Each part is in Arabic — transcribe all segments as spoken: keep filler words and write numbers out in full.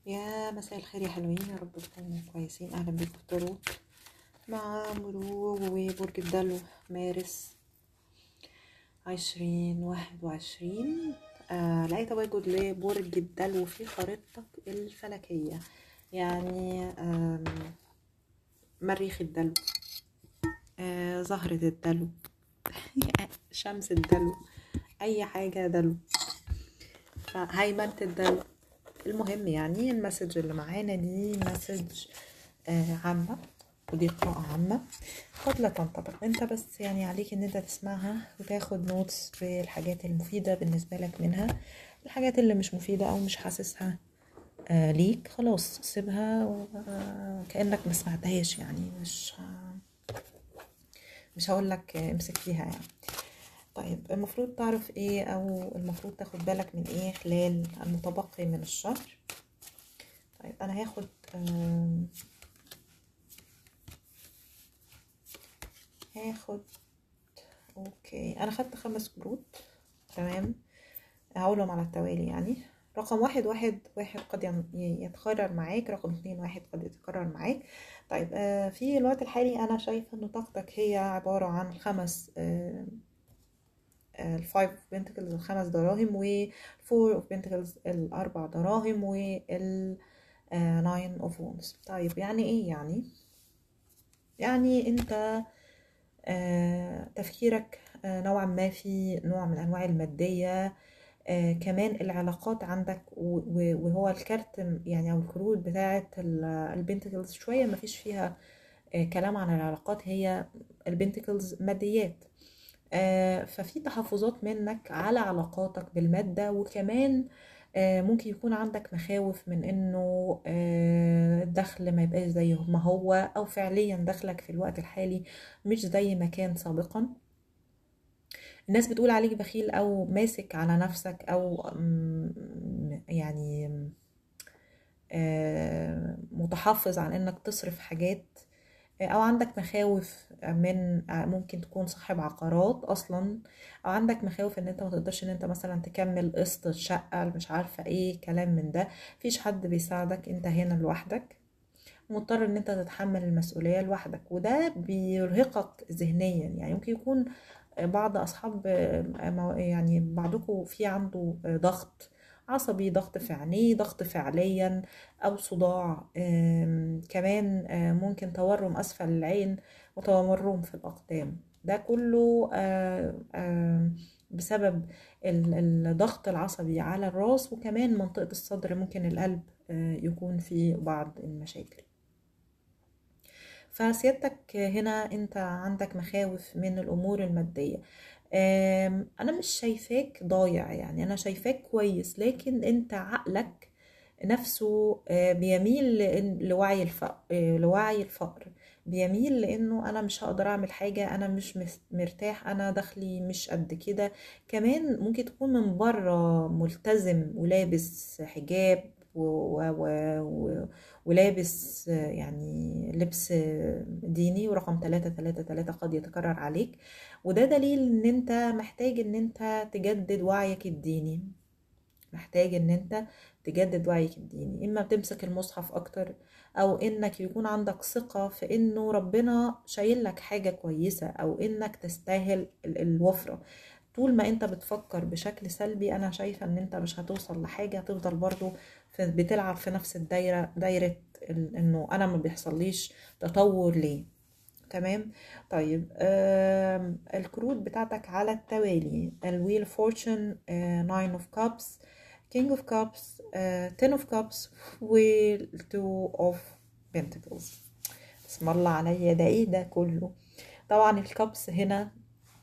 يا مساء الخير يا حلوين، يا رب تكونوا كويسين. اهلا بيكم في التاروت مع مرور وبرج الدلو مارس عشرين واحد وعشرين. آه لقيت تواجد لبرج الدلو في خريطتك الفلكية، يعني آم، مريخ الدلو، آه زهرة الدلو شمس الدلو، اي حاجة دلو، فهيمنة الدلو. المهم يعني المسج اللي معانا دي مسج آه عامة، ودي قراءة عامة قد لا تنطبق، انت بس يعني عليك ان انت تسمعها وتاخد نوتس بالحاجات المفيدة بالنسبة لك منها. الحاجات اللي مش مفيدة او مش حاسسها آه ليك خلاص سيبها وكأنك ما سمعتهاش، يعني مش مش هقول لك امسك فيها يعني. طيب المفروض تعرف ايه او المفروض تاخد بالك من ايه خلال المتبقي من الشهر؟ طيب انا هاخد آم، هاخد اوكي، انا خدت خمس كروت. تمام، هقولهم على التوالي يعني. رقم واحد واحد واحد قد ين- يتكرر معاك، رقم اتنين واحد قد يتكرر معاك. طيب آه في الوقت الحالي انا شايفة ان طاقتك هي عبارة عن خمس آه الفايف اوف بنتكلز الخمس دراهم، والفور اوف بنتكلز الاربع دراهم، وال ناين اوف وونز. طيب يعني ايه يعني؟ يعني انت آه تفكيرك آه نوعا ما في نوع من انواع المادية. آه كمان العلاقات عندك، وهو الكارت يعني او الكروت بتاعه البنتكلز شوية ما فيش فيها آه كلام عن العلاقات، هي البنتكلز ماديات. آه ففي تحفظات منك على علاقاتك بالمادة، وكمان آه ممكن يكون عندك مخاوف من انه آه الدخل ما يبقاش زي ما هو، او فعليا دخلك في الوقت الحالي مش زي ما كان سابقا. الناس بتقول عليك بخيل او ماسك على نفسك، او يعني آه متحفظ عن انك تصرف حاجات، او عندك مخاوف من ممكن تكون صاحب عقارات اصلا، او عندك مخاوف ان انت ما تقدرش ان انت مثلا تكمل قسط الشقه، مش عارفه ايه كلام من ده. مفيش حد بيساعدك، انت هنا لوحدك، مضطر ان انت تتحمل المسؤوليه لوحدك، وده بيرهقك ذهنيا. يعني ممكن يكون بعض اصحاب يعني بعضكم في عنده ضغط عصبي، ضغط في عينيه، ضغط فعليا، او صداع. كمان ممكن تورم اسفل العين وتورم في الاقدام. ده كله بسبب الضغط العصبي على الراس، وكمان منطقة الصدر ممكن القلب يكون فيه بعض المشاكل. فسيادتك هنا انت عندك مخاوف من الامور المادية. انا مش شايفاك ضايع، يعني انا شايفاك كويس، لكن انت عقلك نفسه بيميل لوعي الفقر، لوعي الفقر بيميل لانه انا مش هقدر اعمل حاجة، انا مش مرتاح، انا دخلي مش قد كده. كمان ممكن تكون من بره ملتزم ولابس حجاب و... و... و... ولابس يعني لبس ديني، ورقم تلاتة تلاتة تلاتة قد يتكرر عليك، وده دليل ان انت محتاج ان انت تجدد وعيك الديني. محتاج ان انت تجدد وعيك الديني، اما بتمسك المصحف اكتر، او انك يكون عندك ثقة في انه ربنا شايل لك حاجة كويسة، او انك تستاهل الوفرة. طول ما انت بتفكر بشكل سلبي انا شايفة ان انت مش هتوصل لحاجة، هتفضل برضو بتلعب في نفس الدايرة، دايرة انه انا ما بيحصليش تطور ليه. تمام. طيب الكروت بتاعتك على التوالي: الويل فورتشن، ناين اوف كابس، كينج اوف كابس، تن اوف كابس، والتو اوف بنتكلز. بسم الله عليا، ده ايه ده كله؟ طبعا الكابس هنا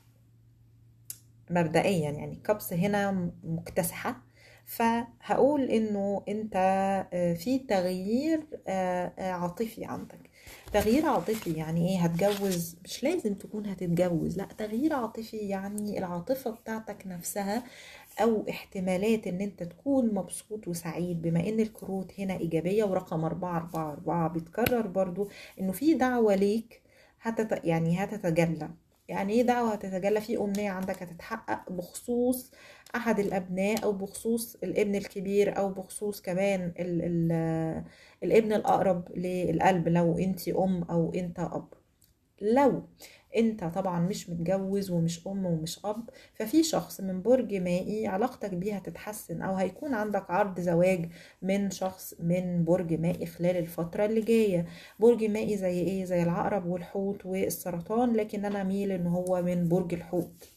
مبدئيا يعني الكبس هنا مكتسحة، فهقول انه انت في تغيير عاطفي عندك. تغيير عاطفي يعني ايه؟ هتجوز؟ مش لازم تكون هتتجوز، لا، تغيير عاطفي يعني العاطفة بتاعتك نفسها، او احتمالات ان انت تكون مبسوط وسعيد، بما ان الكروت هنا ايجابية، ورقم اربعة اربعة اربعة بيتكرر برضو انه في دعوة ليك هتت يعني هتتجلى. يعني ايه دعوة هتتجلى؟ في أمنية عندك هتتحقق بخصوص أحد الأبناء، أو بخصوص الابن الكبير، أو بخصوص كمان ال ال الابن الأقرب للقلب لو انتي أم أو انت أب. لو انت طبعا مش متجوز ومش ام ومش اب، ففي شخص من برج مائي علاقتك بيه هتتحسن، او هيكون عندك عرض زواج من شخص من برج مائي خلال الفترة اللي جاية. برج مائي زي ايه؟ زي العقرب والحوت والسرطان، لكن انا اميل ان هو من برج الحوت.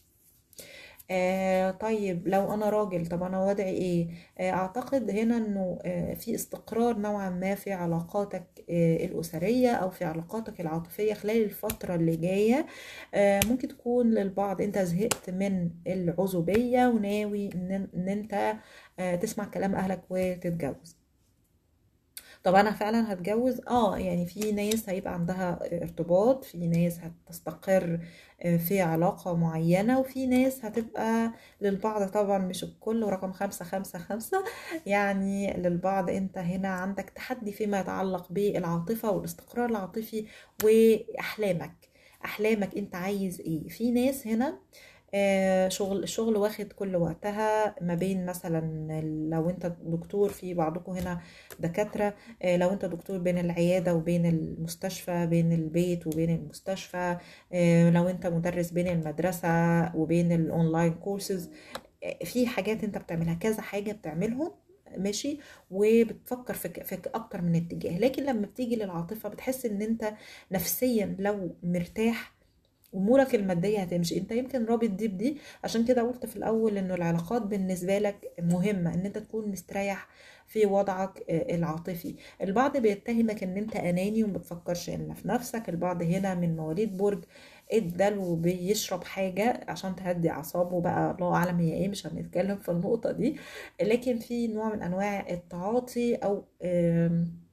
آه طيب لو انا راجل، طب انا وضعي ايه؟ آه اعتقد هنا انه آه في استقرار نوعا ما في علاقاتك آه الاسرية، او في علاقاتك العاطفية خلال الفترة اللي جاية. آه ممكن تكون للبعض انت زهقت من العزوبية وناوي ان, إن انت آه تسمع كلام اهلك وتتجوز. طب انا فعلا هتجوز؟ اه يعني في ناس هيبقى عندها ارتباط، في ناس هتستقر في علاقة معينة، وفي ناس هتبقى للبعض، طبعا مش الكل، ورقم خمسة خمسة خمسة، يعني للبعض انت هنا عندك تحدي فيما يتعلق بالعاطفة والاستقرار العاطفي واحلامك. احلامك انت عايز ايه؟ في ناس هنا آه، شغل الشغل واخد كل وقتها، ما بين مثلا لو انت دكتور، في بعضكم هنا دكاترة، آه، لو انت دكتور بين العيادة وبين المستشفى، بين البيت وبين المستشفى، آه، لو انت مدرس بين المدرسة وبين الاونلاين كورسز. في حاجات انت بتعملها، كذا حاجة بتعملهم، ماشي، وبتفكر في ك- في اكتر من اتجاه. لكن لما بتيجي للعاطفة بتحس ان انت نفسيا لو مرتاح، امورك الماديه هتمشي. انت يمكن رابط دي بدي، عشان كده قلت في الاول انه العلاقات بالنسبه لك مهمه، ان انت تكون مستريح في وضعك آه، العاطفي. البعض بيتهمك ان انت اناني وما بتفكرش الا في نفسك. البعض هنا من مواليد برج الدلو بيشرب حاجه عشان تهدي اعصابه، بقى الله اعلم هي ايه، مش هنتكلم في النقطه دي. لكن في نوع من انواع التعاطي، او آم،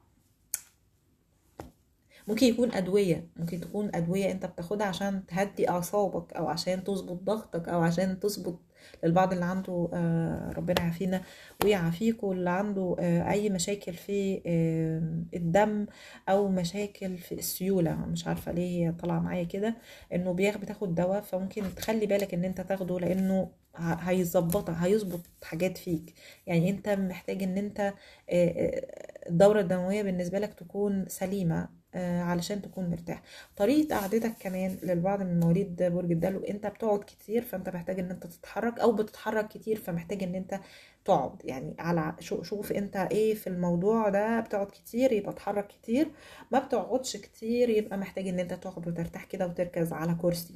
ممكن يكون أدوية، ممكن تكون أدوية أنت بتاخدها عشان تهدي أعصابك، أو عشان تظبط ضغطك، أو عشان تظبط للبعض اللي عنده آه، ربنا يعافينا ويعافيكوا، اللي عنده آه، أي مشاكل في آه، الدم، أو مشاكل في السيولة. مش عارفة ليه هي طالعة معايا كده، إنه بياخد بتاخد دواء، فممكن تخلي بالك إن أنت تاخده، لأنه ه- هيظبطك، هيظبط حاجات فيك. يعني انت محتاج ان انت آه، آه، الدورة الدموية بالنسبة لك تكون سليمة، آه، علشان تكون مرتاح. طريقة قعدتك كمان للبعض من مواليد برج الدلو، انت بتقعد كتير فانت محتاج ان انت تتحرك، او بتتحرك كتير فمحتاج ان انت تقعد. يعني على شو- شوف انت ايه في الموضوع ده، بتقعد كتير يبقى اتحرك كتير، ما بتقعدش كتير يبقى محتاج ان انت تقعد وترتاح كده وتركز على كرسي.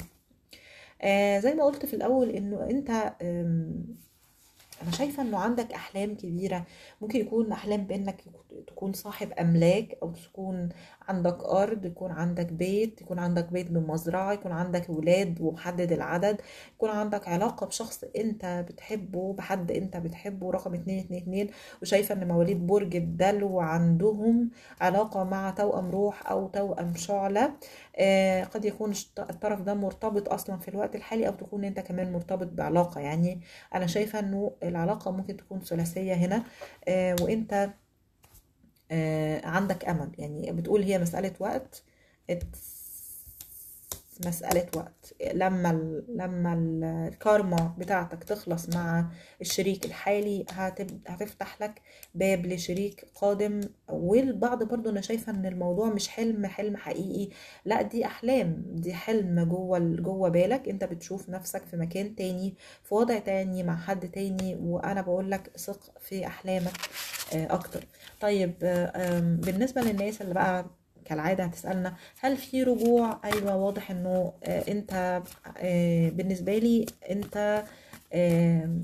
آه زي ما قلت في الاول انه انت آم، انا شايفة انه عندك احلام كبيرة. ممكن يكون احلام بانك تكون صاحب املاك، او تكون عندك ارض، يكون عندك بيت، يكون عندك بيت بمزرعة، يكون عندك ولاد ومحدد العدد، يكون عندك علاقة بشخص انت بتحبه، بحد انت بتحبه. رقم اتنين اتنين اتنين. وشايفة ان مواليد برج الدلو عندهم علاقة مع توأم روح او توأم شعلة. آه قد يكون الشط- الطرف ده مرتبط اصلا في الوقت الحالي، او تكون انت كمان مرتبط بعلاقة. يعني انا شايفة انه العلاقة ممكن تكون ثلاثية هنا، آه، وانت آه، عندك امل. يعني بتقول هي مسألة وقت، It's مسألة وقت. لما ال لما ال- الكارما بتاعتك تخلص مع الشريك الحالي، هتب- هتفتح لك باب لشريك قادم. والبعض برضو انا شايفة ان الموضوع مش حلم حلم حقيقي، لا دي احلام، دي حلم جوه ال- جوه بالك. انت بتشوف نفسك في مكان تاني، في وضع تاني، مع حد تاني، وانا بقول لك ثق في احلامك آه، اكتر. طيب آه، آم، بالنسبة للناس اللي بقى كالعادة هتسألنا هل في رجوع؟ ايوه واضح انه آه، انت آه، بالنسبة لي انت آه،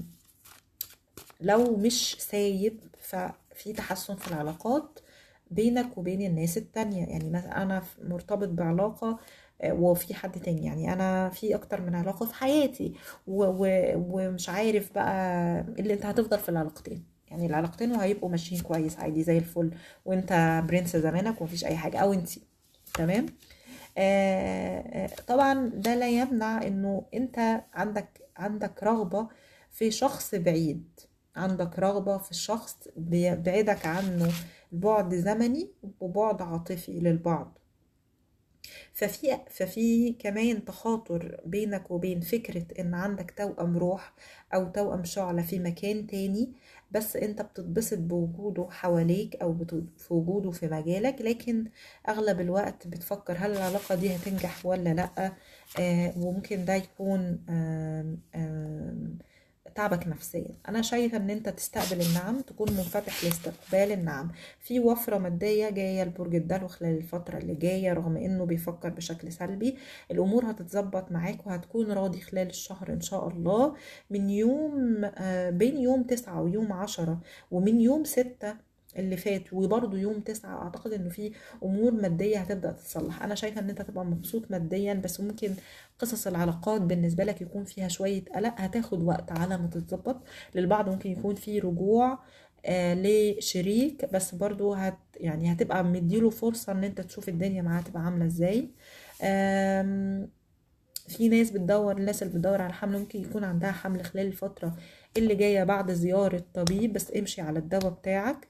لو مش سايب، ففي تحسن في العلاقات بينك وبين الناس التانية. يعني مثلا انا ف- مرتبط بعلاقة آه، وفي حد تاني، يعني انا في اكتر من علاقة في حياتي، و و ومش عارف بقى اللي انت هتفضل في العلاقتين. يعني العلاقتين وهيبقوا ماشيين كويس عادي زي الفل، وانت برنس زمانك ومفيش اي حاجة، او انتي تمام. آه، آه، طبعا ده لا يمنع انه انت عندك عندك رغبة في شخص بعيد، عندك رغبة في الشخص بيبعدك عنه بعد زمني وبعد عاطفي للبعض. ففي ففي كمان تخاطر بينك وبين فكرة ان عندك توأم روح او توأم شعلة في مكان تاني، بس انت بتتبسط بوجوده حواليك او بت- في وجوده في مجالك، لكن اغلب الوقت بتفكر هل العلاقة دي هتنجح ولا لأ. آه وممكن ده يكون آم آم تعبك نفسيا. انا شايفه ان انت تستقبل النعم، تكون منفتح لاستقبال النعم. في وفره ماديه جايه لبرج الدلو خلال الفتره اللي جايه، رغم انه بيفكر بشكل سلبي. الامور هتتظبط معاك وهتكون راضي خلال الشهر ان شاء الله. من يوم آه، بين يوم تسعة ويوم عشرة، ومن يوم ستة اللي فات وبرضه يوم تسعة، اعتقد انه في امور ماديه هتبدا تتصلح. انا شايفه ان انت هتبقى مبسوط ماديا، بس ممكن قصص العلاقات بالنسبة لك يكون فيها شوية قلق، هتاخد وقت على ما تتظبط. للبعض ممكن يكون في رجوع آه لشريك، بس برضو هت يعني هتبقى مديله فرصة ان انت تشوف الدنيا معاه تبقى عاملة ازاي. آم، في ناس بتدور، الناس اللي بتدور على حمل ممكن يكون عندها حمل خلال الفترة اللي جاية بعد زيارة طبيب، بس امشي على الدواء بتاعك.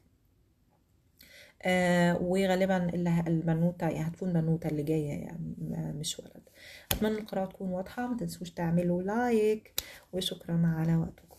آه وغالبا اللي ه- البنوتة يعني هتكون بنوتة اللي جاية يعني ما- مش ولد. أتمنى القراءة تكون واضحة، ما تنسوش تعملوا لايك، وشكرا على وقتكم.